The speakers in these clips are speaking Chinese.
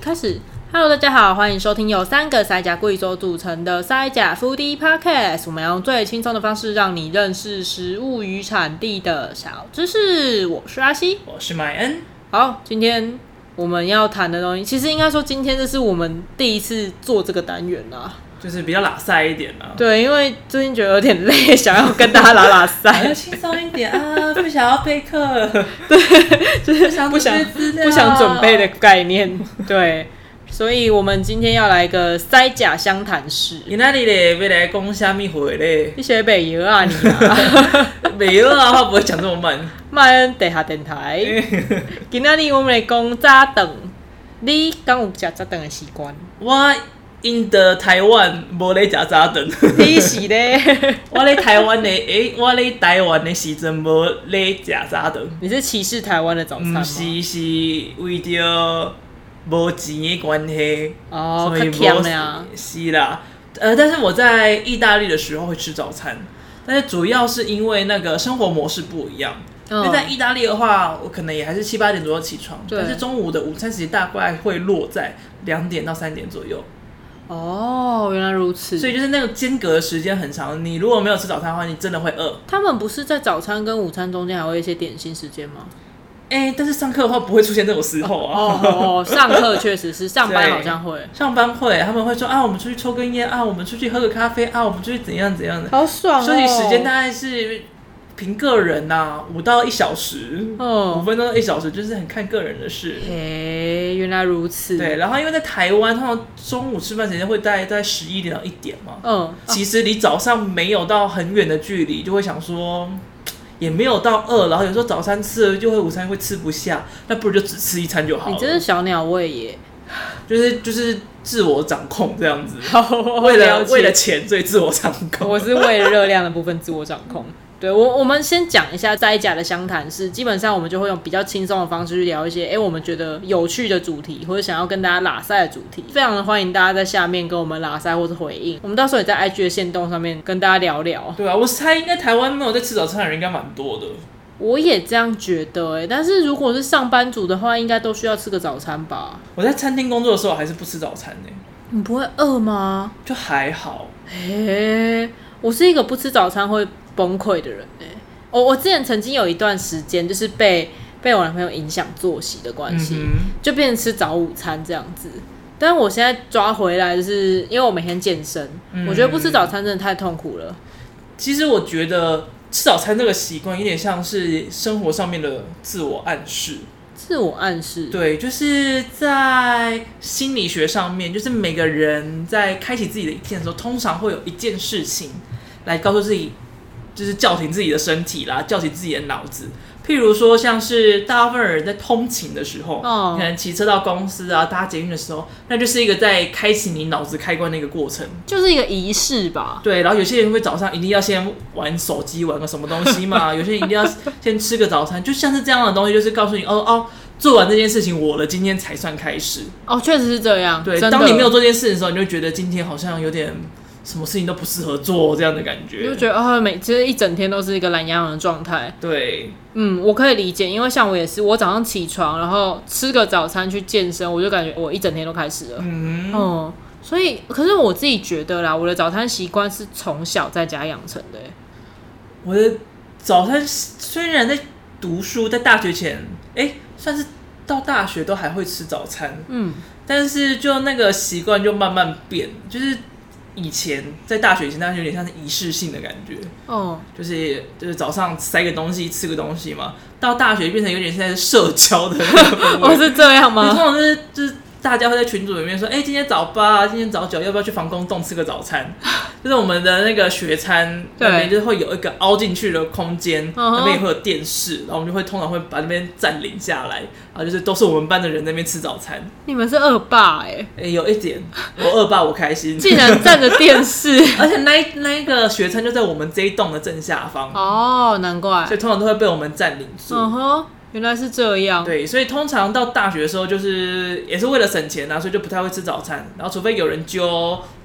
开始。Hello， 大家好，欢迎收听由3个塞甲贵州组成的塞甲 Foodie Podcast。我们用最轻松的方式让你认识食物与产地的小知识。我是阿西， 我是麦恩。 好，今天我们要谈的东西，其实应该说今天这是我们第一次做这个单元啦。 就是比较拉塞一点啊。 对，因为最近觉得有点累，想要跟大家拉塞， 要轻松一点啊，不想要备课。 对，就是不想准备的概念。对，所以我们今天要来个塞甲相谈室。 你那里咧要来讲什么话咧？ 你写北邮啊你啊？ 北邮啊，话不会讲这么慢。 麦恩地下电台。今天我们来讲早顿，你敢有吃早顿的习惯？ 我因的台湾无咧食早顿。 你是咧？ 我咧台湾的，我咧台湾的时阵无咧食早顿。 你是歧视台湾的早餐吗？ 不是，是为着无钱的关系。 哦，较甜的啊。 是啦，但是我在意大利的时候会吃早餐，但是主要是因为那个生活模式不一样。因为在意大利的话，我可能也还是7、8点左右起床，但是中午的午餐时间大概会落在2点到3点左右。 哦，原来如此。 所以就是那个间隔的时间很长，你如果没有吃早餐的话，你真的会饿。 他们不是在早餐跟午餐中间还会有一些点心时间吗？ 但是上课的话不会出现这种时候啊。 上课确实是，上班好像会。 上班会，他们会说啊，我们出去抽根烟啊，我们出去喝个咖啡啊，我们出去怎样怎样的。 好爽哦！ 休息时间大概是凭个人呐，5到1小时，5分钟到1小时，就是很看个人的事。 原来如此。 对，然后因为在台湾，通常中午吃饭时间会在11点到1点嘛。其实离早上没有到很远的距离，就会想说，也没有到饿，然后有时候早餐吃了就会午餐会吃不下，那不如就只吃一餐就好了。 你真是小鸟胃耶！ 就是自我掌控这样子。 为了钱，所以自我掌控。 我是为了热量的部分自我掌控。对，我们先讲一下塞甲的相谈室，基本上我们就会用比较轻松的方式去聊一些我们觉得有趣的主题，或者想要跟大家拉塞的主题，非常的欢迎大家在下面跟我们拉塞或是回应，我们到时候也在 IG 的限动上面跟大家聊聊。 对啊，我猜应该台湾没有在吃早餐的人应该蛮多的。 我也这样觉得但是如果是上班族的话，应该都需要吃个早餐吧。 我在餐厅工作的时候还是不吃早餐你不会饿吗？ 就还好。 我是一个不吃早餐会崩溃的人我之前曾经有一段时间就是被我男朋友影响作息的关系，就变成吃早午餐这样子。但是我现在抓回来，就是因为我每天健身，我觉得不吃早餐真的太痛苦了。 其实我觉得吃早餐这个习惯有点像是生活上面的自我暗示。 自我暗示， 对，就是在心理学上面，就是每个人在开启自己的一天的时候，通常会有一件事情来告诉自己，就是叫停自己的身体啦，叫醒自己的脑子。譬如说，像是大部分人在通勤的时候，可能骑车到公司啊，搭捷运的时候，那就是一个在开启你脑子开关的一个过程， 就是一个仪式吧。 对，然后有些人会早上一定要先玩手机，玩个什么东西嘛，有些人一定要先吃个早餐，就像是这样的东西，就是告诉你做完这件事情，我的今天才算开始。 确实是这样。 对，当你没有做这件事的时候，你就觉得今天好像有点什么事情都不适合做这样的感觉， 就觉得其实一整天都是一个懒洋洋的状态。 对， 我可以理解，因为像我也是，我早上起床，然后吃个早餐去健身，我就感觉我一整天都开始了。所以，可是我自己觉得啦，我的早餐习惯是从小在家养成的。 我的早餐虽然在读书，在大学前，算是到大学都还会吃早餐，但是就那个习惯就慢慢变，就是以前在大学以前，大家有点像是仪式性的感觉，就是早上塞个东西，吃个东西嘛。到大学变成有点像是社交的那个氛围。 是这样吗？ 通常就是大家会在群组里面说，今天早8，今天早9，要不要去防空洞吃个早餐？就是我们的那个学餐那边，就是会有一个凹进去的空间，那边也会有电视，然后我们就会通常会把那边占领下来，然后就是都是我们班的人在那边吃早餐。 你们是恶霸有一点，我恶霸我开心， 竟然占着电视， 而且那一个学餐就在我们这一栋的正下方。 难怪， 所以通常都会被我们占领住。 原来是这样。 对，所以通常到大学的时候，就是也是为了省钱所以就不太会吃早餐。然后除非有人揪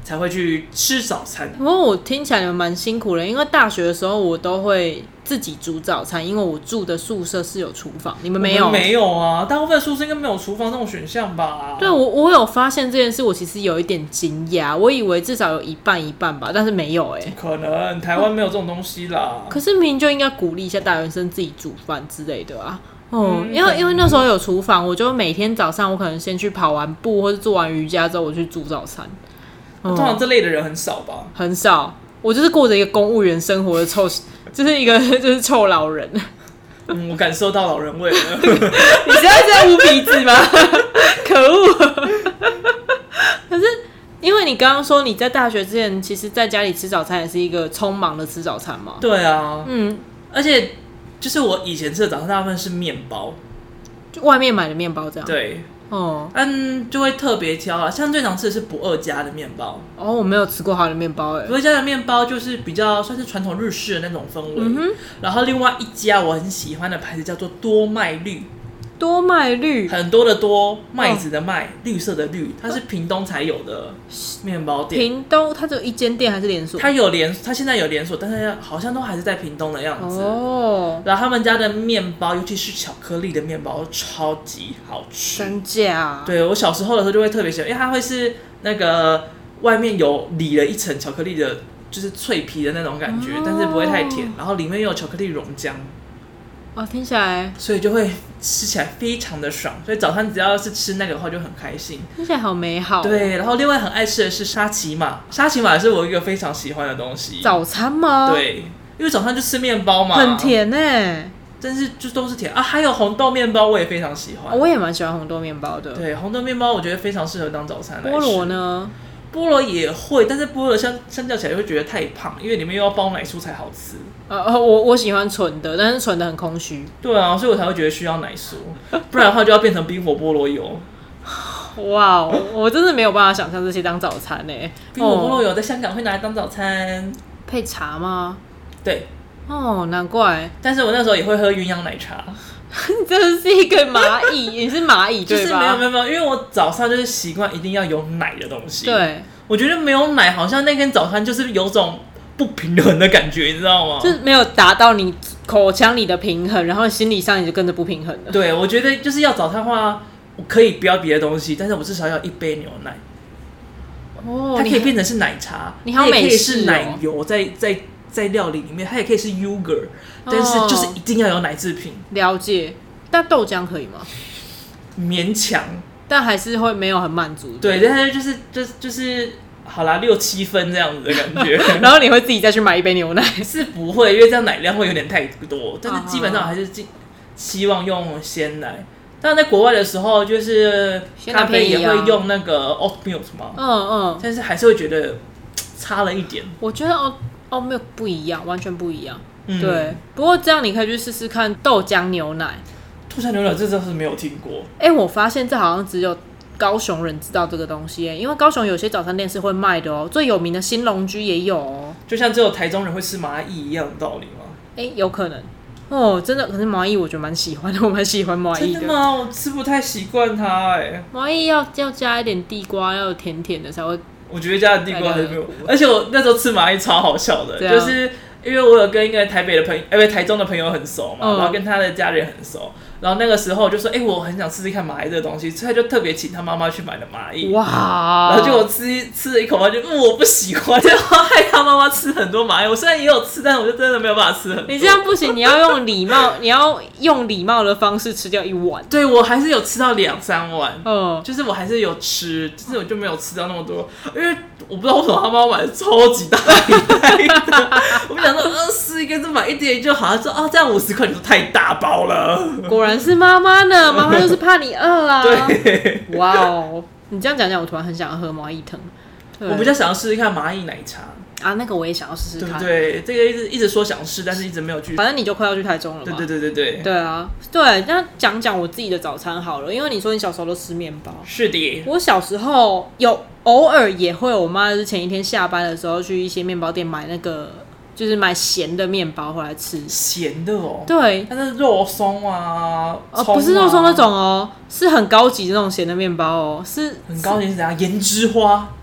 才会去吃早餐。 不过我听起来蛮辛苦的，因为大学的时候我都会自己煮早餐，因为我住的宿舍是有厨房，你们没有？ 没有啊，大部分宿舍应该没有厨房这种选项吧？ 对，我有发现这件事，我其实有一点惊讶，我以为至少有一半一半吧，但是没有可能台湾没有这种东西啦。 可是明明就应该鼓励一下大学生自己煮饭之类的啊。因为那时候有厨房，我就每天早上我可能先去跑完步或者做完瑜伽之后，我去煮早餐。 通常这类的人很少吧？ 很少，我就是过着一个公务员生活的就是一个就是臭老人。 我感受到老人味了。 你现在在捂鼻子吗？可恶！可是因为你刚刚说你在大学之前，其实在家里吃早餐也是一个匆忙的吃早餐嘛。 对啊，而且就是我以前吃的早餐大部分是面包， 就外面买的面包这样。 对。就会特别挑啊，像最常吃的是不二家的面包。 我没有吃过他的面包不二家的面包就是比较算是传统日式的那种氛围。然后另外一家我很喜欢的牌子叫做多麦绿。 多麦绿， 很多的多，麦子的麦，绿色的绿，它是屏东才有的面包店。 屏东它只有一间店还是连锁？ 它现在有连锁，但是好像都还是在屏东的样子。 然后他们家的面包，尤其是巧克力的面包，超级好吃。 真假？ 对，我小时候的时候就会特别喜欢，因为它会是那个外面有里了一层巧克力的，就是脆皮的那种感觉，但是不会太甜，然后里面又有巧克力溶浆。 听起来， 所以就会吃起来非常的爽，所以早餐只要是吃那个的话就很开心， 听起来好美好。 对，然后另外很爱吃的是沙琪玛，沙琪玛也是我一个非常喜欢的东西。 早餐吗？ 对，因为早上就吃面包嘛， 很甜但是就都是甜啊，还有红豆面包我也非常喜欢。 我也蛮喜欢红豆面包的。 对，红豆面包我觉得非常适合当早餐来吃。 菠萝呢？ 菠萝也会，但是菠萝相较起来会觉得太胖，因为里面又要包奶酥才好吃。 我喜欢纯的，但是纯的很空虚。 对啊，所以我才会觉得需要奶酥，不然的话就要变成冰火菠萝油。 哇，我真的没有办法想象这些当早餐冰火菠萝油在香港会拿来当早餐， 配茶吗？ 对。 难怪。 但是我那时候也会喝鸳鸯奶茶。 你真的是一个蚂蚁，你是蚂蚁对吧？ 就是没有，因为我早上就是习惯一定要有奶的东西。 对， 我觉得没有奶，好像那天早餐就是有种不平衡的感觉，你知道吗？ 就是没有达到你口腔里的平衡，然后心理上你就跟着不平衡了。 对，我觉得就是要早餐的话，我可以不要别的东西，但是我至少要一杯牛奶。它可以变成是奶茶， 你好美式哦， 它也可以是奶油在料理里面，它也可以是 yogurt，但是就是一定要有奶制品。 了解，但豆浆可以吗？ 勉强， 但还是会没有很满足。 对，但是就是好啦，6、7分这样子的感觉。 然后你会自己再去买一杯牛奶？ 是不会，因为这样奶量会有点太多。但是基本上还是希望用鲜奶。但在国外的时候，就是咖啡也会用那个 oat milk 嘛。但是还是会觉得差了一点。 我觉得oat milk 不一样，完全不一样。对，不过这样你可以去试试看豆浆牛奶。 豆浆牛奶这真是没有听过。 我发现这好像只有高雄人知道这个东西因为高雄有些早餐店是会卖的最有名的新龙居也有就像只有台中人会吃麻薏一样的道理吗？ 有可能真的。可是麻薏我觉得蛮喜欢的，我蛮喜欢麻薏的。 真的吗？我吃不太习惯它麻薏要加一点地瓜，要甜甜的才会。 我觉得加的地瓜还是没有，而且我那时候吃麻薏超好笑的，就是因为我有跟一个台中的朋友很熟嘛，然后跟他的家人很熟。然后那个时候就说，我很想吃吃看麻薏这个东西，所以他就特别请他妈妈去买了麻薏。哇！然后就我吃了一口，就我不喜欢，然后害他妈妈吃很多麻薏。我虽然也有吃，但是我就真的没有办法吃很多。 你这样不行，你要用礼貌的方式吃掉一碗。 对，我还是有吃到2、3碗。就是我还是有吃，就是我就没有吃到那么多，因为我不知道为什么他妈妈买的超级大一袋的。我们想说，4个就买一点就好。他说这样50块，你说太大包了。 果然是妈妈呢，妈妈就是怕你饿啊。 对， 哇哦，你这样讲，我突然很想喝麻薏汤。 我比较想要试试看麻薏奶茶那个我也想要试试看。 对，这个一直说想试，但是一直没有去。 反正你就快要去台中了嘛。 对。 对啊，对，那讲我自己的早餐好了，因为你说你小时候都吃面包。是的，我小时候偶尔也会，我妈是前一天下班的时候去一些面包店买那个。就是买咸的面包回来吃， 咸的对， 它是肉松啊， 不是肉松那种是很高级的那种咸的面包是很高级是怎样？盐之花，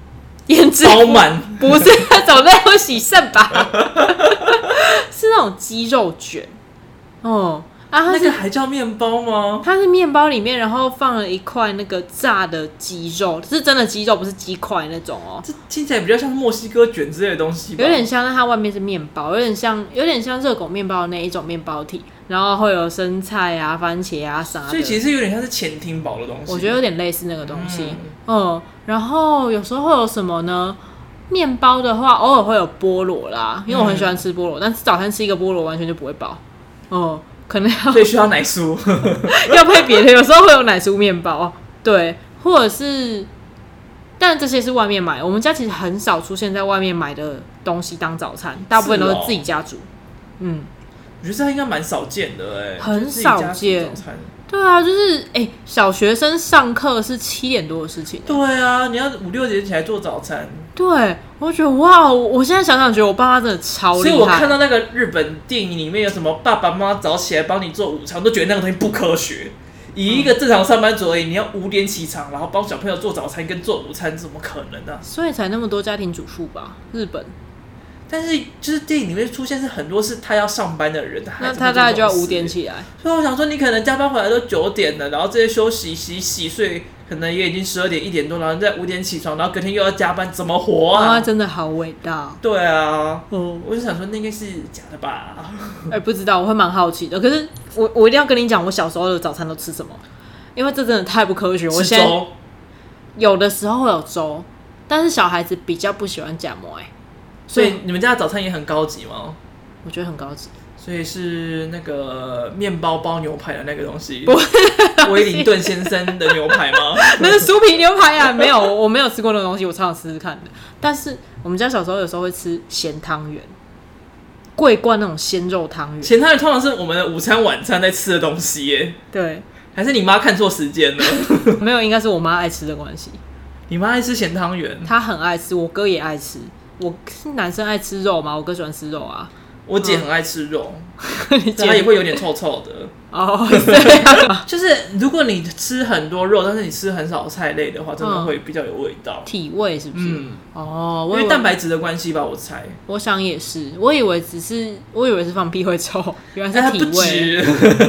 胭脂饱满， 不是那种那种洗肾吧？是那种鸡肉卷。哦啊， 那个还叫面包吗？ 它是面包里面，然后放了一块那个炸的鸡肉，是真的鸡肉，不是鸡块那种哦。 这听起来比较像墨西哥卷之类的东西吧， 有点像，但它外面是面包，有点像热狗面包的那一种面包体，然后会有生菜啊、番茄啊啥的。 所以其实有点像是潜艇堡的东西。 我觉得有点类似那个东西。然后有时候会有什么呢？面包的话，偶尔会有菠萝啦，因为我很喜欢吃菠萝，但是早餐吃一个菠萝完全就不会饱。可能所以需要奶酥， 要配别的，有时候会有奶酥面包，对，或者是，但这些是外面买，我们家其实很少出现在外面买的东西当早餐，大部分都是自己家煮。 我觉得这应该蛮少见的很少见。对啊，就是小学生上课是7点多的事情。 对啊，你要5、6点起来做早餐。 对，我就觉得哇，我现在想想觉得我爸妈真的超厉害。 所以我看到那个日本电影里面有什么爸爸妈妈早起来帮你做午餐，我都觉得那个东西不科学。以一个正常上班族而已，你要5点起床，然后帮小朋友做早餐跟做午餐，怎么可能呢？ 所以才那么多家庭主妇吧，日本。 但是就是电影里面出现是很多是他要上班的人， 那他大概就要5点起来。 所以我想说，你可能加班回来都9点了，然后这些休息、洗睡，可能也已经12点、1点多，然后你再5点起床，然后隔天又要加班，怎么活啊？ 妈妈真的好伟大。 对啊，我就想说那应该是假的吧？ 不知道，我会蛮好奇的。可是我一定要跟你讲，我小时候的早餐都吃什么，因为这真的太不科学。我现在有的时候会有粥，但是小孩子比较不喜欢夹馍所以你们家的早餐也很高级吗？ 我觉得很高级。 所以是那个面包包牛排的那个东西，威灵顿先生的牛排吗？ 那是酥皮牛排啊！没有，我没有吃过那个东西，我常常试试看的。但是我们家小时候有时候会吃咸汤圆，桂冠那种鲜肉汤圆。 咸汤圆通常是我们的午餐、晚餐在吃的东西耶。 对， 还是你妈看错时间了？ 没有，应该是我妈爱吃的关系。 你妈爱吃咸汤圆？ 她很爱吃，我哥也爱吃。我是男生爱吃肉嘛，我哥喜欢吃肉啊。 我姐很爱吃肉，她也会有点臭臭的。 对啊， 就是如果你吃很多肉，但是你吃很少菜类的话，真的会比较有味道。 体味是不是？ 因为蛋白质的关系吧，我猜。 我想也是，我以为是放屁会臭，原来是体味。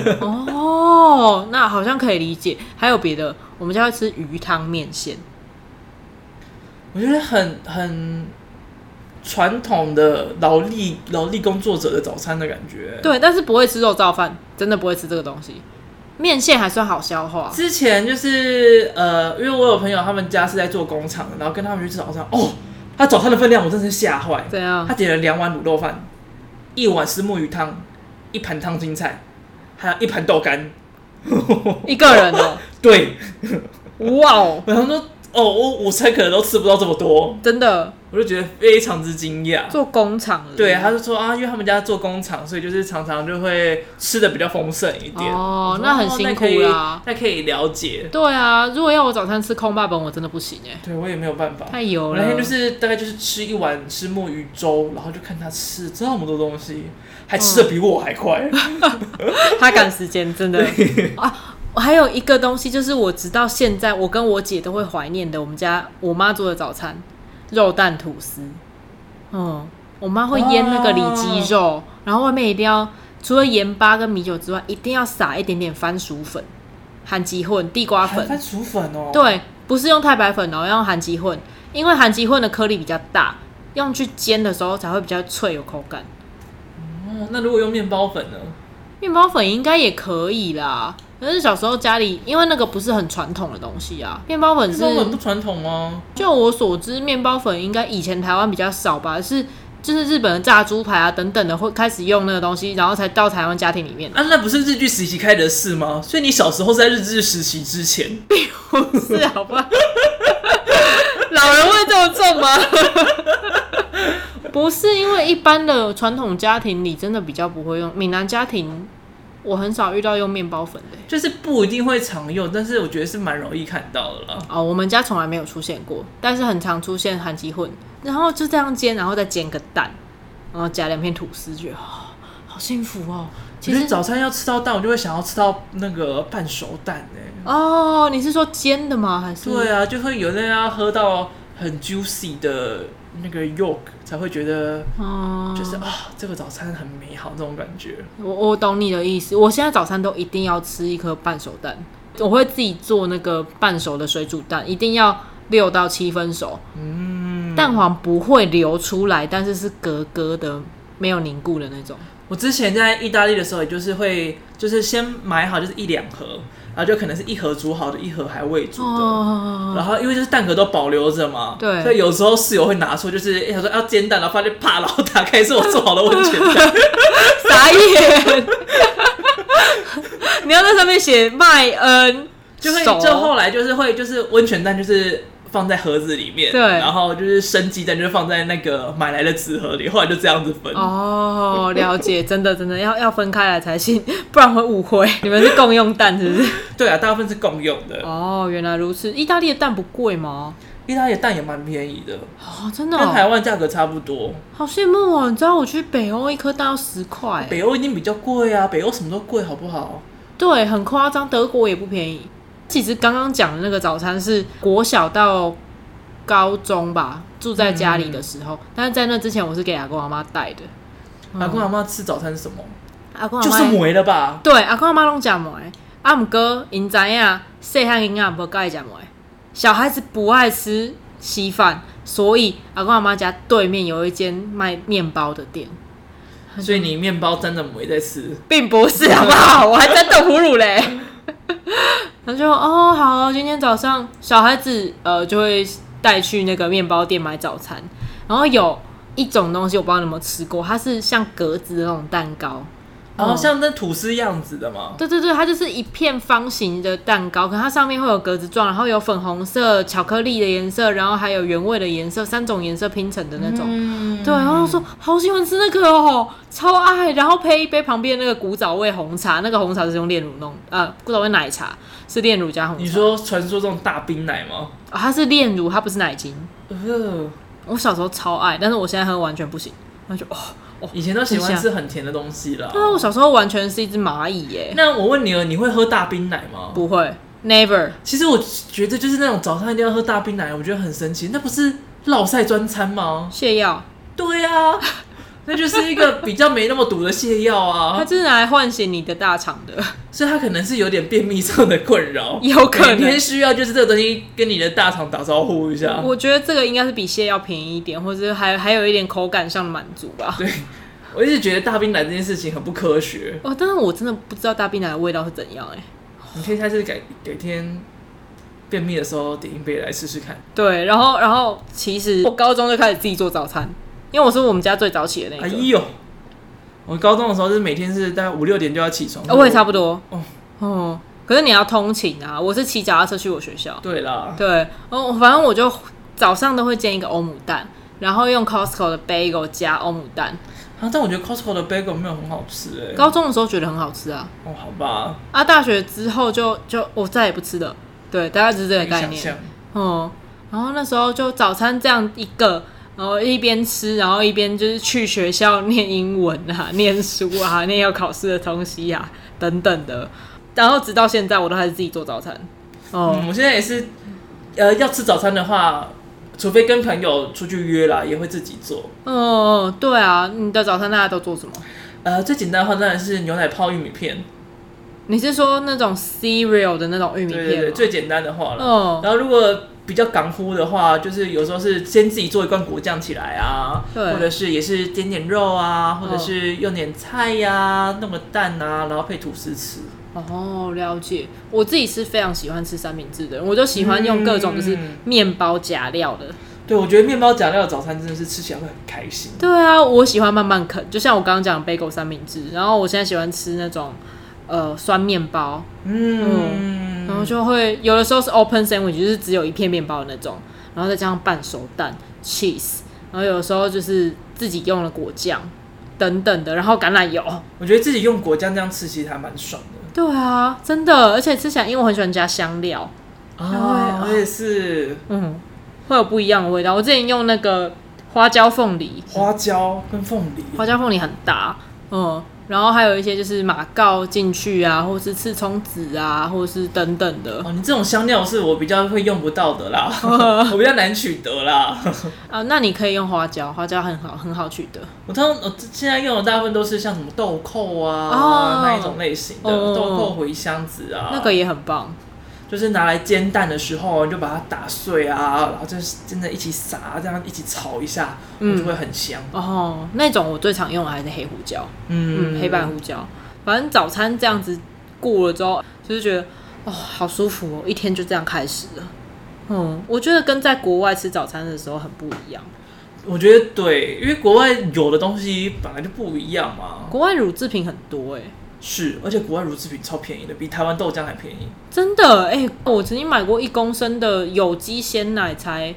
那好像可以理解。还有别的，我们家会吃鱼汤面线。 我觉得很传统的劳力工作者的早餐的感觉。 对，但是不会吃肉燥饭，真的不会吃这个东西。面线还算好消化。 之前就是因为我有朋友他们家是在做工厂的，然后跟他们去吃早餐，他早餐的分量我真的是吓坏。 怎样？ 他点了2碗卤肉饭，1碗虱目鱼汤，1盘烫青菜，还有1盘豆干。 一个人哦？ 对。 哇哦！ 然后说我午餐可能都吃不到这么多， 真的。 我就觉得非常之惊讶。 做工厂的， 对，他就说因为他们家做工厂，所以就是常常就会吃的比较丰盛一点。 那很辛苦啦。 那可以了解。 对啊，如果要我早餐吃空霸本，我真的不行对，我也没有办法， 太油了。 那天就是大概就是吃1碗虱目鱼粥，然后就看他吃这么多东西，还吃的比我还快。 他赶时间，真的还有一个东西，就是我直到现在，我跟我姐都会怀念的，我妈做的早餐。肉蛋吐司，我妈会腌那个里脊肉，然后外面一定要除了盐巴跟米酒之外，一定要撒一点点番薯粉、韩吉混、地瓜粉。 番薯粉对，不是用太白粉要用韩吉混，因为韩吉混的颗粒比较大，用去煎的时候才会比较脆有口感。 那如果用面包粉呢？ 面包粉应该也可以啦。可是小时候家里，因为那个不是很传统的东西啊，面包粉不传统吗？ 就我所知，面包粉应该以前台湾比较少吧，就是日本的炸猪排啊等等的会开始用那个东西，然后才到台湾家庭里面。 那不是日据时期开的事吗？所以你小时候是在日治时期之前？ 不是，好吧？老人会这么重吗？不是，因为一般的传统家庭里真的比较不会用，闽南家庭。我很少遇到用面包粉的， 就是不一定会常用，但是我觉得是蛮容易看到的啦。 我们家从来没有出现过，但是很常出现韩吉混，然后就这样煎，然后再煎个蛋，然后加2片吐司，觉得好幸福哦。 其实早餐要吃到蛋，我就会想要吃到那个半熟蛋你是说煎的吗？还是？ 对啊，就会有人要喝到很 juicy 的那个 yolk 才会觉得，就是这个早餐很美好这种感觉。 我懂你的意思，我现在早餐都一定要吃一颗半熟蛋，我会自己做那个半熟的水煮蛋，一定要6到7分熟，蛋黄不会流出来，但是是格格的，没有凝固的那种。 我之前在意大利的时候，也就是会就是先买好就是1、2盒，然后就可能是1盒煮好的，1盒还未煮的，然后因为就是蛋壳都保留着嘛， 对， 所以有时候室友会拿出就是他说要煎蛋，然后发现啪，然后打开是我做好的温泉蛋， 傻眼，你要在上面写麦恩， 就后来就是会就是温泉蛋就是放在盒子里面， 对， 然后就是生鸡蛋就放在那个买来的纸盒里，后来就这样子分。 哦，了解，真的要分开来才行，不然会误会。你们是共用蛋是不是？ 对啊，大部分是共用的。 哦，原来如此。意大利的蛋不贵吗？ 意大利的蛋也蛮便宜的， 真的， 跟台湾价格差不多。 好羡慕哦！你知道我去北欧，一颗蛋要10块。 北欧一定比较贵啊，北欧什么都贵，好不好？ 对，很夸张。德国也不便宜。其实刚刚讲的那个早餐是国小到高中吧，住在家里的时候，但是在那之前我是给阿公阿妈带的。 阿公阿妈吃早餐是什么？ 阿公阿妈就是糜了吧？ 对，阿公阿妈都吃糜。不过因知影细汉囡仔无介意吃糜，小孩子不爱吃稀饭，所以阿公阿妈家对面有一间卖面包的店。 所以你面包沾着糜在吃， 并不是好不好？我还沾豆腐乳嘞。他就好，今天早上小孩子就会带去那个面包店买早餐，然后有一种东西我不知道你有没有吃过，它是像格子的那种蛋糕， 然后像那吐司样子的嘛。 对，它就是一片方形的蛋糕，可它上面会有格子状，然后有粉红色、巧克力的颜色，然后还有原味的颜色，3种颜色拼成的那种。对，然后说好喜欢吃那个哦，超爱，然后配一杯旁边那个古早味红茶，那个红茶是用炼乳弄，古早味奶茶是炼乳加红茶。 你说传说中大冰奶吗？ 它是炼乳，它不是奶精。我小时候超爱，但是我现在喝完全不行。那就以前都喜欢吃很甜的东西啦。 对啊，我小时候完全是一只蚂蚁耶。 那我问你了，你会喝大冰奶吗？ 不会 ，never。 其实我觉得就是那种早上一定要喝大冰奶，我觉得很神奇。那不是落晒专餐吗？ 泻药。 对啊，那就是一个比较没那么毒的泻药啊。 它就是拿来唤醒你的大肠的， 所以它可能是有点便秘上的困扰， 有可能每天需要就是这个东西跟你的大肠打招呼一下。 我觉得这个应该是比泻药便宜一点，或者还有一点口感上的满足吧。 对，我一直觉得大冰奶这件事情很不科学。 但是我真的不知道大冰奶的味道是怎样你可以下次改天便秘的时候点一杯来试试看。 对，然后其实我高中就开始自己做早餐，因为我是我们家最早起的那个。 哎呦，我高中的时候是每天是大概5、6点就要起床。 我也差不多。可是你要通勤啊，我是骑脚踏车去我学校。 对啦。 对，反正我就早上都会煎一个欧姆蛋，然后用 Costco 的 bagel 加欧姆蛋。 但我觉得 Costco 的 bagel 没有很好吃高中的时候觉得很好吃啊。 好吧。 大学之后就我再也不吃了。对，大概只是这个概念。然后那时候就早餐这样一个，然后一边吃，然后一边就是去学校念英文啊、念书啊、念要考试的东西啊等等的。然后直到现在，我都还是自己做早餐。 我现在也是，要吃早餐的话，除非跟朋友出去约啦，也会自己做。 对啊，你的早餐大家都做什么？ 最简单的话当然是牛奶泡玉米片。 你是说那种 cereal 的那种玉米片吗？ 对，最简单的话了。然后如果比较港呼的话，就是有时候是先自己做一罐果酱起来啊，或者是也是煎点肉啊，或者是用点菜呀、弄个蛋啊，然后配吐司吃。 了解。我自己是非常喜欢吃三明治的人，我就喜欢用各种就是面包夹料的。 对，我觉得面包夹料的早餐真的是吃起来会很开心。 对啊，我喜欢慢慢啃，就像我刚刚讲的 bagel 三明治，然后我现在喜欢吃那种酸面包。然后就会有的时候是 open sandwich， 就是只有一片面包的那种，然后再加上半熟蛋 cheese， 然后有的时候就是自己用了果酱等等的，然后橄榄油。 我觉得自己用果酱这样吃其实还蛮爽的。 对啊，真的，而且吃起来因为我很喜欢加香料我也是。 会有不一样的味道。我之前用那个花椒凤梨， 花椒跟凤梨， 花椒凤梨很搭。 然后还有一些就是马告进去啊，或是刺葱籽啊，或是等等的。 你这种香料是我比较会用不到的啦，我比较难取得啦。 那你可以用花椒，花椒很好取得。 我现在用的大部分都是像什么豆蔻啊、那一种类型的，豆蔻、茴香籽啊， 那个也很棒。 就是拿来煎蛋的时候，你就把它打碎啊，然后就是真的一起撒，这样一起炒一下，就会很香。 那种我最常用的还是黑胡椒，黑白胡椒。反正早餐这样子过了之后，就是觉得好舒服哦，一天就这样开始了。我觉得跟在国外吃早餐的时候很不一样。 我觉得对，因为国外有的东西本来就不一样嘛。 国外乳制品很多是，而且国外乳制品超便宜的，比台湾豆浆还便宜。真的我曾经买过1公升的有机鲜奶，才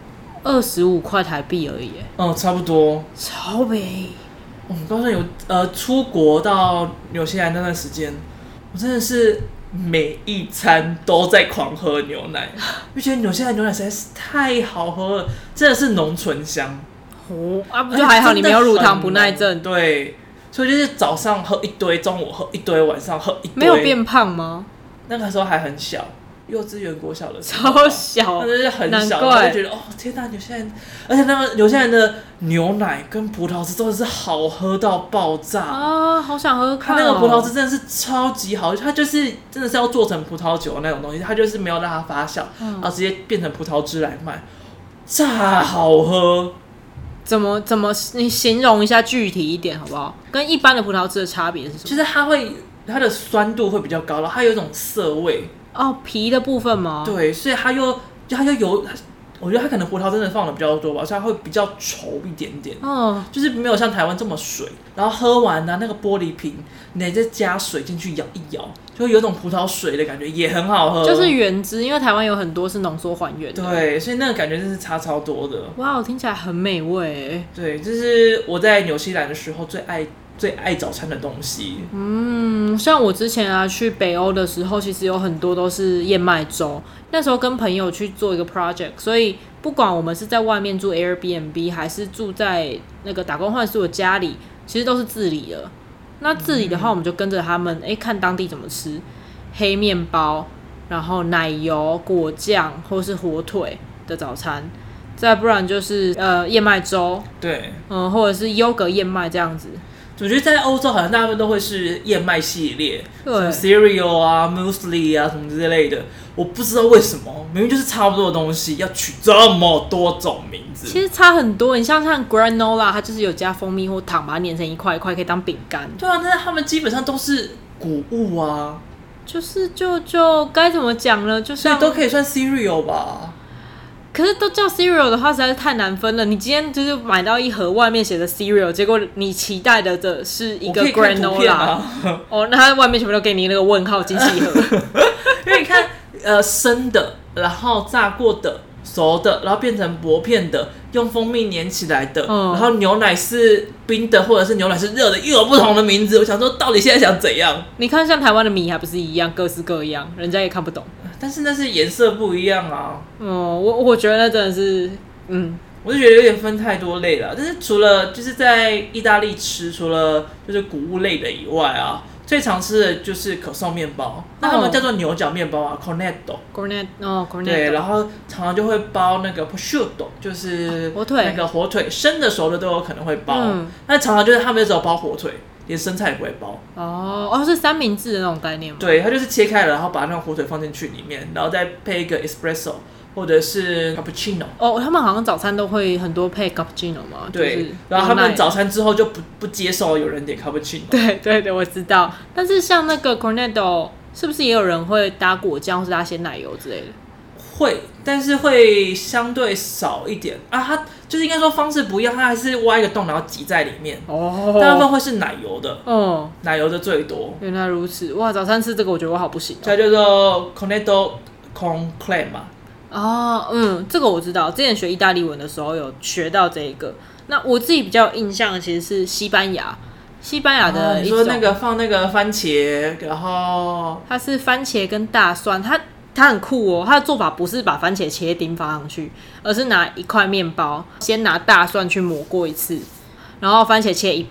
25块台币而已。 差不多， 超便宜。 我告诉你，出国到纽西兰那段时间，我真的是每一餐都在狂喝牛奶，就觉得纽西兰牛奶实在是太好喝了，真的是浓醇香。 不就还好，你没有乳糖不耐症。 对。所以就是早上喝一堆，中午喝一堆，晚上喝一堆。 没有变胖吗？ 那个时候还很小，幼稚园国小的时候，超小， 那就是很小，就觉得天哪，纽西兰，而且纽西兰的牛奶跟葡萄汁真的是好喝到爆炸好想喝看。 它那个葡萄汁真的是超级好，它就是真的是要做成葡萄酒的那种东西，它就是没有让它发酵，然后直接变成葡萄汁来卖，炸好喝。 怎么你形容一下具体一点好不好？跟一般的葡萄汁的差别是什么？ 就是它的酸度会比较高，然后它有一种涩味。 皮的部分吗？ 对，所以它又有，我觉得它可能葡萄真的放的比较多吧，所以它会比较稠一点点。就是没有像台湾这么水。然后喝完那个玻璃瓶，你再加水进去摇一摇，就会有种葡萄水的感觉，也很好喝。 就是原汁，因为台湾有很多是浓缩还原的。 对，所以那个感觉真是差超多的。 哇，听起来很美味。 对，这是我在纽西兰的时候最爱早餐的东西。 像我之前去北欧的时候，其实有很多都是燕麦粥。那时候跟朋友去做一个 project， 所以不管我们是在外面住 Airbnb， 还是住在那个打工换宿的家里，其实都是自理的。那自理的话，我们就跟着他们，看当地怎么吃，黑面包，然后奶油、果酱或是火腿的早餐，再不然就是燕麦粥， 对， 或者是优格燕麦这样子。 我觉得在欧洲好像大部分都会是燕麦系列，什么 cereal 啊、muesli 啊什么之类的。我不知道为什么，明明就是差不多的东西，要取这么多种名字。 其实差很多，你像 granola， 它就是有加蜂蜜或糖，把它碾成一块一块，可以当饼干。 对啊，但是他们基本上都是谷物啊， 就该怎么讲呢？所以都可以算 cereal 吧。 可是都叫 cereal 的话，实在是太难分了。你今天就是买到一盒外面写的 cereal， 结果你期待的是一个 granola， 那它外面全部都给你那个问号机器盒。 因为你看，生的，然后炸过的，熟的，然后变成薄片的，用蜂蜜粘起来的，然后牛奶是冰的，或者是牛奶是热的，又有不同的名字。我想说，到底现在想怎样？ 你看，像台湾的米还不是一样，各式各样，人家也看不懂。 但是那是颜色不一样啊。 我觉得那真的是， 我就觉得有点分太多类了。但是除了就是在意大利吃，除了就是谷物类的以外啊，最常吃的就是可颂面包。那他们叫做牛角面包啊 ，cornetto。对，然后常常就会包那个 prosciutto， 就是那个火腿，生的熟的都有可能会包。但常常就是他们只有包火腿。连生菜也不会包是三明治的那种概念吗？ 对，它就是切开了，然后把那种火腿放进去里面，然后再配一个 espresso 或者是 cappuccino。 他们好像早餐都会很多配 cappuccino 嘛。 对， 就是然后他们早餐之后就不接受有人点 cappuccino。 对，我知道。但是像那个 cornetto， 是不是也有人会搭果酱或是搭鲜奶油之类的？ 会，但是会相对少一点啊。它就是应该说方式不一样，它还是挖一个洞然后挤在里面。大部分会是奶油的。奶油的最多。 原来如此，哇！早餐吃这个，我觉得我好不行。 它叫做 cornetto con crema。 这个我知道，之前学意大利文的时候有学到这个。那我自己比较有印象的其实是西班牙的一种。 你说那个放那个番茄，然后它是番茄跟大蒜，它很酷哦，它的做法不是把番茄切丁放上去，而是拿一块面包，先拿大蒜去抹过一次，然后番茄切一半，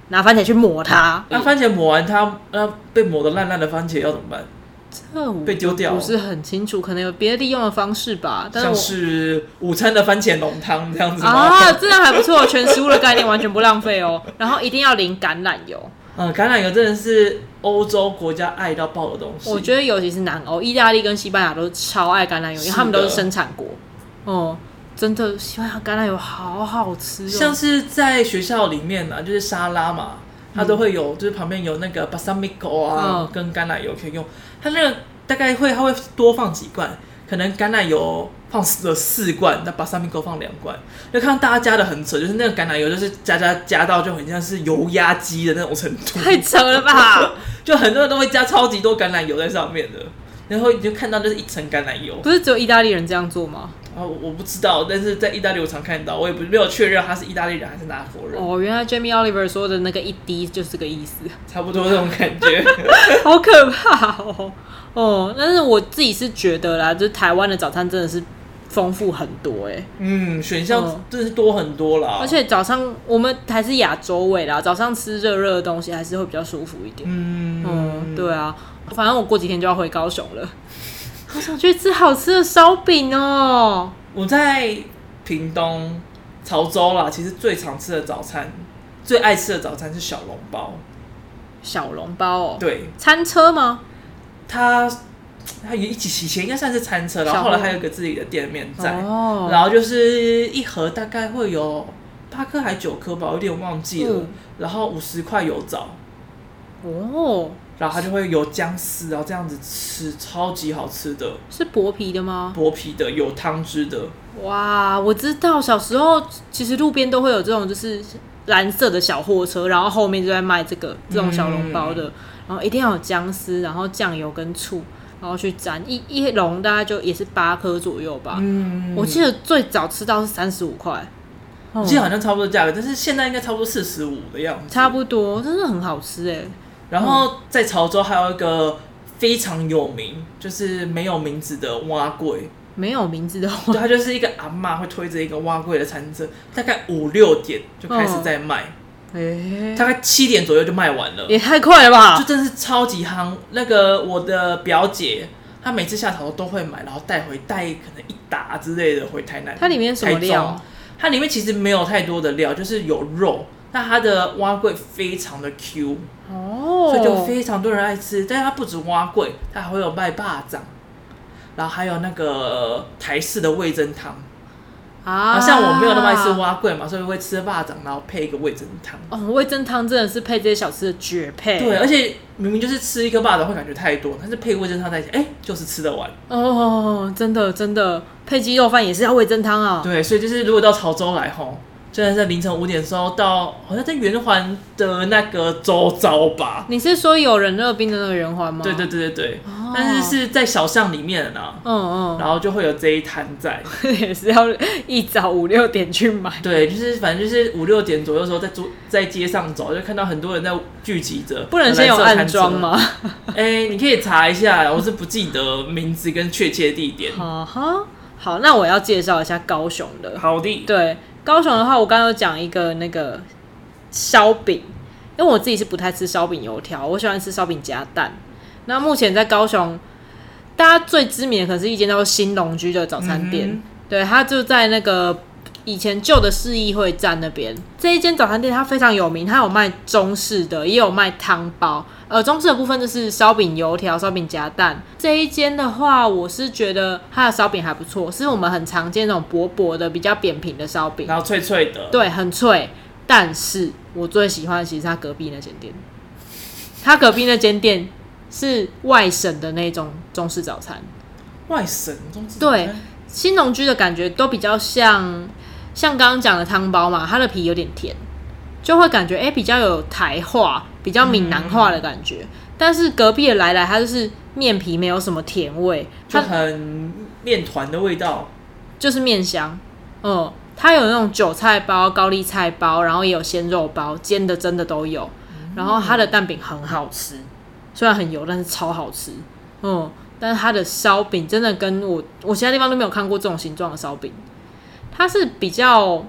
拿番茄去抹它。 那番茄抹完它，被抹得烂烂的番茄要怎么办？被丢掉不是很清楚，可能有别的利用的方式吧。但是像是午餐的番茄浓汤这样子吗？ 啊，这样还不错，全食物的概念完全不浪费哦。然后一定要淋橄榄油。 橄榄油真的是欧洲国家爱到爆的东西。 我觉得尤其是南欧，意大利跟西班牙都超爱橄榄油，因为他们都是生产国。哦，真的，西班牙橄榄油好好吃哦。 像是在学校里面啊，就是沙拉嘛，它都会有，就是旁边有那个 balsamico 啊，跟橄榄油可以用。它那个大概它会多放几罐，可能橄榄油放了4罐，那balsamico放2罐。就看到大家加的很扯，就是那个橄榄油就是加到就很像是油压机的那种程度， 太扯了吧！ 就很多人都会加超级多橄榄油在上面的，然后你就看到就是一层橄榄油。 不是只有意大利人这样做吗？ 我不知道，但是在意大利我常看到，我也没有确认他是意大利人还是拿佛人。 哦，原来 Jamie Oliver 说的那个一滴就是这个意思， 差不多这种感觉， 好可怕哦。哦，但是我自己是觉得啦，就是台湾的早餐真的是丰富很多选项真的是多很多啦。 而且早上我们还是亚洲味啦，早上吃热热的东西还是会比较舒服一点。对啊，反正我过几天就要回高雄了。好想去吃好吃的烧饼哦！ 我在屏东潮州啦，其实最常吃的早餐、最爱吃的早餐是小笼包。 小笼包哦， 对， 餐车吗？ 它以前应该算是餐车，然后后来还有一个自己的店面在，然后就是一盒大概会有8颗还9颗吧，有点忘记了。然后50块有枣。哦。然后它就会有姜丝，然后这样子吃，超级好吃的。 是薄皮的吗？ 薄皮的，有汤汁的。 哇，我知道，小时候其实路边都会有这种就是蓝色的小货车，然后后面就在卖这种小笼包的，然后一定要有姜丝，然后酱油跟醋，然后去沾一笼大概就也是8颗左右吧。我记得最早吃到是35块。 我记得好像差不多价格，但是现在应该差不多45的样子。 差不多，真的很好吃哎。 然后在潮州还有一个非常有名，就是没有名字的碗粿。 没有名字的对，它就是一个阿嬷会推着一个碗粿的餐车，大概5、6点就开始在卖，大概7点左右就卖完了， 也太快了吧！ 就真的是超级夯。那个我的表姐，她每次下潮都会买，然后带可能1打之类的回台南。 它里面什么料？ 它里面其实没有太多的料，就是有肉。那它的碗粿非常的 Q， 所以就非常多人爱吃。但是它不止碗粿，它还会有卖肉粽，然后还有那个台式的味噌汤。像我没有那么爱吃碗粿嘛，所以会吃肉粽，然后配一个味噌汤。味噌汤真的是配这些小吃的绝配。 对，而且明明就是吃一个肉粽会感觉太多，但是配味噌汤在一起，就是吃得完。 真的真的，配鸡肉饭也是要味噌汤啊。 对，所以就是如果到潮州来吼。虽然在凌晨5点的时候到，好像在圆环的那个周遭吧。 你是说有人热冰的那个圆环吗？ 对，但是在小巷里面啊。然后就会有这一摊在， 也是要一早5、6点去买。 对，就是反正就是5、6点左右的时候在街上走，就看到很多人在聚集着。 不能先有暗装吗？ 你可以查一下，我是不记得名字跟确切地点。 好，那我要介绍一下高雄的。 好的。 对。高雄的话，我刚刚有讲一个那个烧饼，因为我自己是不太吃烧饼油条，我喜欢吃烧饼夹蛋。那目前在高雄，大家最知名的可能是一间叫做新龙居的早餐店，对，它就在那个以前旧的市议会站那边。这一间早餐店它非常有名，它有卖中式的，也有卖汤包。中式的部分就是烧饼油条、烧饼夹蛋。这一间的话，我是觉得它的烧饼还不错，是我们很常见那种薄薄的、比较扁平的烧饼， 然后脆脆的， 对，很脆。但是我最喜欢的其实是它隔壁那间店，它隔壁那间店是外省的那种中式早餐。 外省中式早餐？ 对，新农居的感觉都比较像刚刚讲的汤包嘛，它的皮有点甜。就会感觉比较有台话，比较闽南话的感觉。但是隔壁的来它就是面皮没有什么甜味， 就很面团的味道， 就是面香。它有那种韭菜包、高丽菜包，然后也有鲜肉包，煎的真的都有。然后它的蛋饼很好吃，虽然很油，但是超好吃。但是它的烧饼真的跟我其他地方都没有看过这种形状的烧饼，它是比较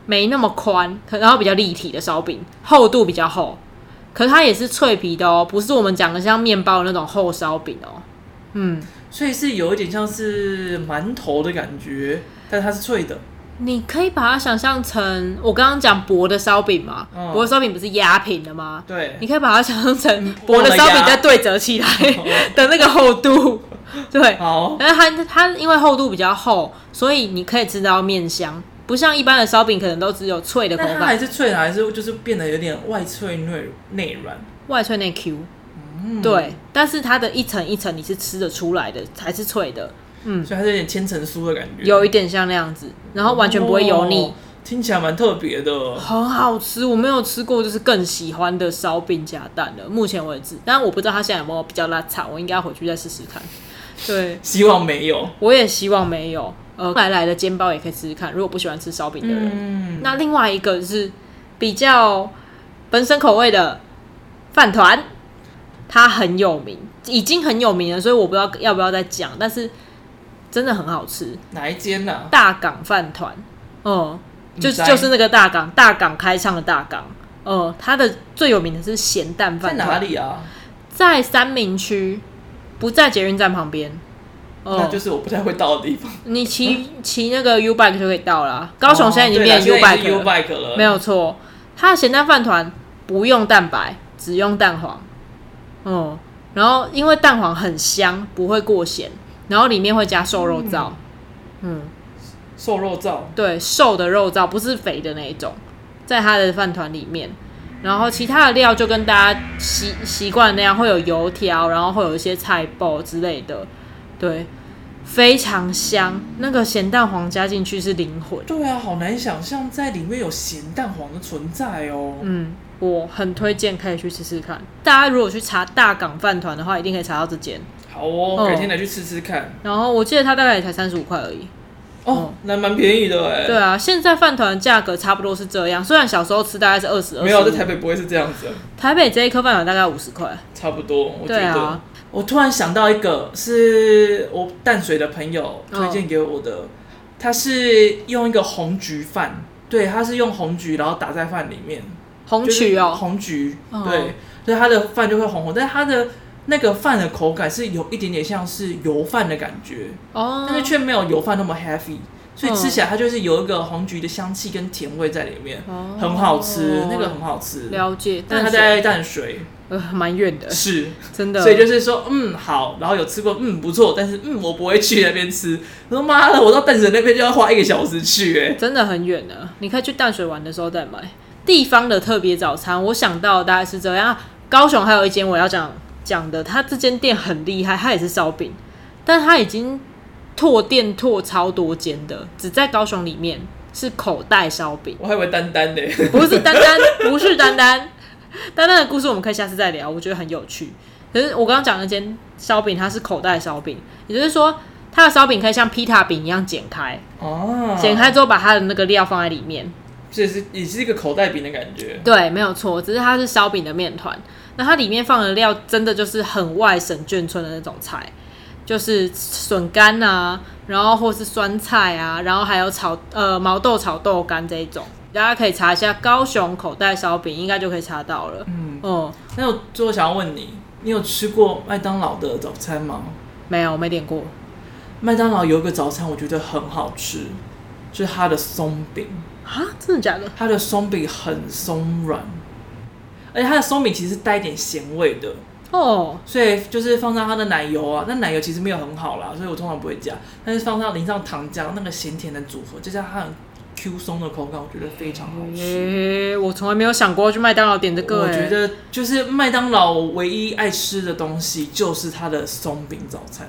没那么宽，然后比较立体的烧饼，厚度比较厚，可是它也是脆皮的哦，不是我们讲的像面包的那种厚烧饼哦。 所以是有一点像是馒头的感觉，但是它是脆的。 你可以把它想象成我刚刚讲薄的烧饼嘛，薄的烧饼不是压平的吗？ 对， 你可以把它想象成薄的烧饼再对折起来的那个厚度。对， 好， 但是它因为厚度比较厚，所以你可以吃到面香，不像一般的烧饼可能都只有脆的口感。 但它还是脆的，还是就是变得有点外脆内软， 外脆内 Q。对，但是它的一层一层你是吃得出来的，还是脆的。 所以它是有点千层酥的感觉， 有一点像那样子，然后完全不会油腻。 听起来蛮特别的， 很好吃。我没有吃过就是更喜欢的烧饼加蛋的，目前为止。但我不知道它现在有没有比较拉长，我应该回去再试试看。对， 希望没有， 我也希望没有。来的煎包也可以试试看，如果不喜欢吃烧饼的人。那另外一个是比较本身口味的饭团，它很有名，已经很有名了，所以我不知道要不要再讲，但是真的很好吃。 哪一间啊？ 大港饭团，就是那个大港开唱的大港。它的最有名的是咸蛋饭团， 在哪里啊？ 在三民区，不在捷运站旁边。 那就是我不太会到的地方。 你骑那个 U bike 就可以到了。高雄现在已经变成 U bike 了， 没有错。它的咸蛋饭团不用蛋白，只用蛋黄。然后因为蛋黄很香，不会过咸，然后里面会加瘦肉燥。 瘦肉燥， 对，瘦的肉燥，不是肥的那一种，在它的饭团里面。然后其他的料就跟大家习惯那样，会有油条，然后会有一些菜包之类的，对，非常香。那个咸蛋黄加进去是灵魂。 对啊，好难想象在里面有咸蛋黄的存在哦。 我很推荐可以去试试看。大家如果去查大港饭团的话，一定可以查到这间。 好哦，改天来去吃吃看。 然后我记得它大概也才35块而已。 那蛮便宜的哎。 对啊，现在饭团的价格差不多是这样。虽然小时候吃大概是20， 没有，在台北不会是这样子。 台北这一颗饭团大概50块， 差不多。我觉得。 对啊。 我突然想到一个，是我淡水的朋友推荐给我的，他是用一个红橘饭，对，他是用红橘然后打在饭里面。 红曲哦， 红橘，对，所以它的饭就会红红，但是它的那个饭的口感是有一点点像是油饭的感觉，但是却没有油饭那么 heavy， 所以吃起来它就是有一个红橘的香气跟甜味在里面，很好吃，那个很好吃。 了解， 但是它在淡水， 蛮远的， 是真的， 所以就是说，好，然后有吃过，不错，但是我不会去那边吃。我说妈的，我到淡水那边就要花1个小时去， 真的很远的。你可以去淡水玩的时候再买。地方的特别早餐，我想到的大概是这样。高雄还有一间我要讲的，它这间店很厉害，它也是烧饼，但它已经拓店拓超多间的，只在高雄里面是口袋烧饼。 我还以为丹丹的， 不是丹丹，不是丹丹。丹丹的故事我们可以下次再聊，我觉得很有趣。可是我刚刚讲那间烧饼，它是口袋烧饼，也就是说它的烧饼可以像披萨饼一样剪开，剪开之后把它的那个料放在里面。 也是一个口袋饼的感觉， 对，没有错，只是它是烧饼的面团，那它里面放的料真的就是很外省眷村的那种菜，就是笋干啊，然后或是酸菜啊，然后还有毛豆炒豆干这一种，大家可以查一下高雄口袋烧饼，应该就可以查到了。 那我最后想要问你，你有吃过麦当劳的早餐吗？ 没有，没点过。 麦当劳有一个早餐我觉得很好吃，就是它的松饼。 真的假的？ 它的松饼很松软，而且它的松饼其实带一点咸味的所以就是放上它的奶油啊，但奶油其实没有很好啦，所以我通常不会加，但是淋上糖浆，那个咸甜的组合，就像它很 Q 松的口感，我觉得非常好吃。 我从来没有想过去麦当劳点这个。 我觉得就是麦当劳唯一爱吃的东西就是它的松饼早餐。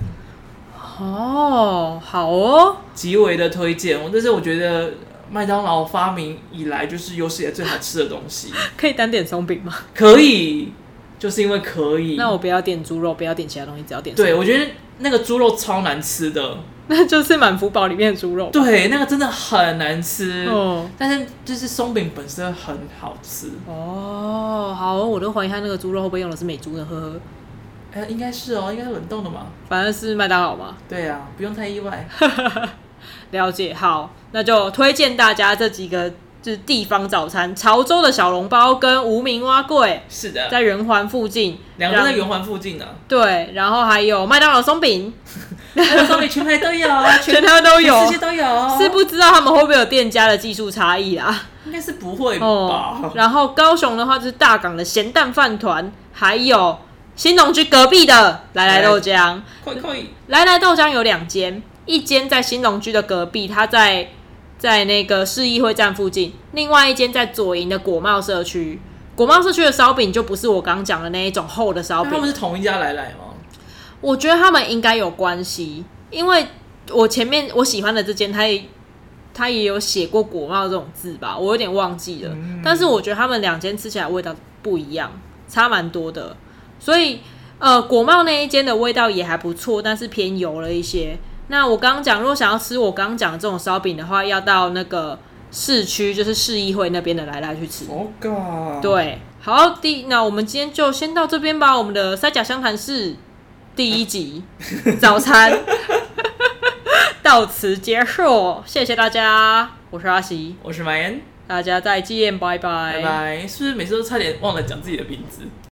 好哦， 极为的推荐。这是我觉得麦当劳发明以来就是有史以来最好吃的东西。 可以单点松饼吗？ 可以，就是因为可以。 那我不要点猪肉，不要点其他东西，只要点松饼。 对，我觉得那个猪肉超难吃的。 那就是满福堡里面的猪肉。 对，那个真的很难吃。但是就是松饼本身很好吃。 好，我都怀疑他那个猪肉会不会用的是美猪呢？呵呵。 应该是应该是冷冻的嘛。 反正是麦当劳嘛。 对不用太意外。 了解，好，那就推荐大家这几个就是地方早餐，潮州的小笼包跟无名蛙粿， 是的， 在圆环附近， 两个都在圆环附近呢。 对，然后还有麦当劳松饼， 麦当劳松饼全台都有， 全台都有， 全世界都有。 是不知道他们会不会有店家的技术差异啦？ 应该是不会吧。 然后高雄的话就是大港的咸蛋饭团，还有新农居隔壁的来来豆浆。 可以。 来来豆浆有2间，一间在新农居的隔壁，它在那个市议会站附近；另外一间在左营的果贸社区。果贸社区的烧饼就不是我刚讲的那一种厚的烧饼。 他们是同一家来吗？ 我觉得他们应该有关系，因为我前面我喜欢的这间，他也有写过果贸这种字吧，我有点忘记了。但是我觉得他们2间吃起来味道不一样，差蛮多的。所以果贸那一间的味道也还不错，但是偏油了一些。那我刚刚讲，如果想要吃我刚刚讲的这种烧饼的话，要到那个市区，就是市议会那边的来来去吃。 Oh God！ 对，好，那我们今天就先到这边吧。我们的塞甲相谈室第1集早餐到此结束，谢谢大家，我是阿喜， 我是马恩， 大家再见，拜拜， 拜拜。是不是每次都差点忘了讲自己的名字？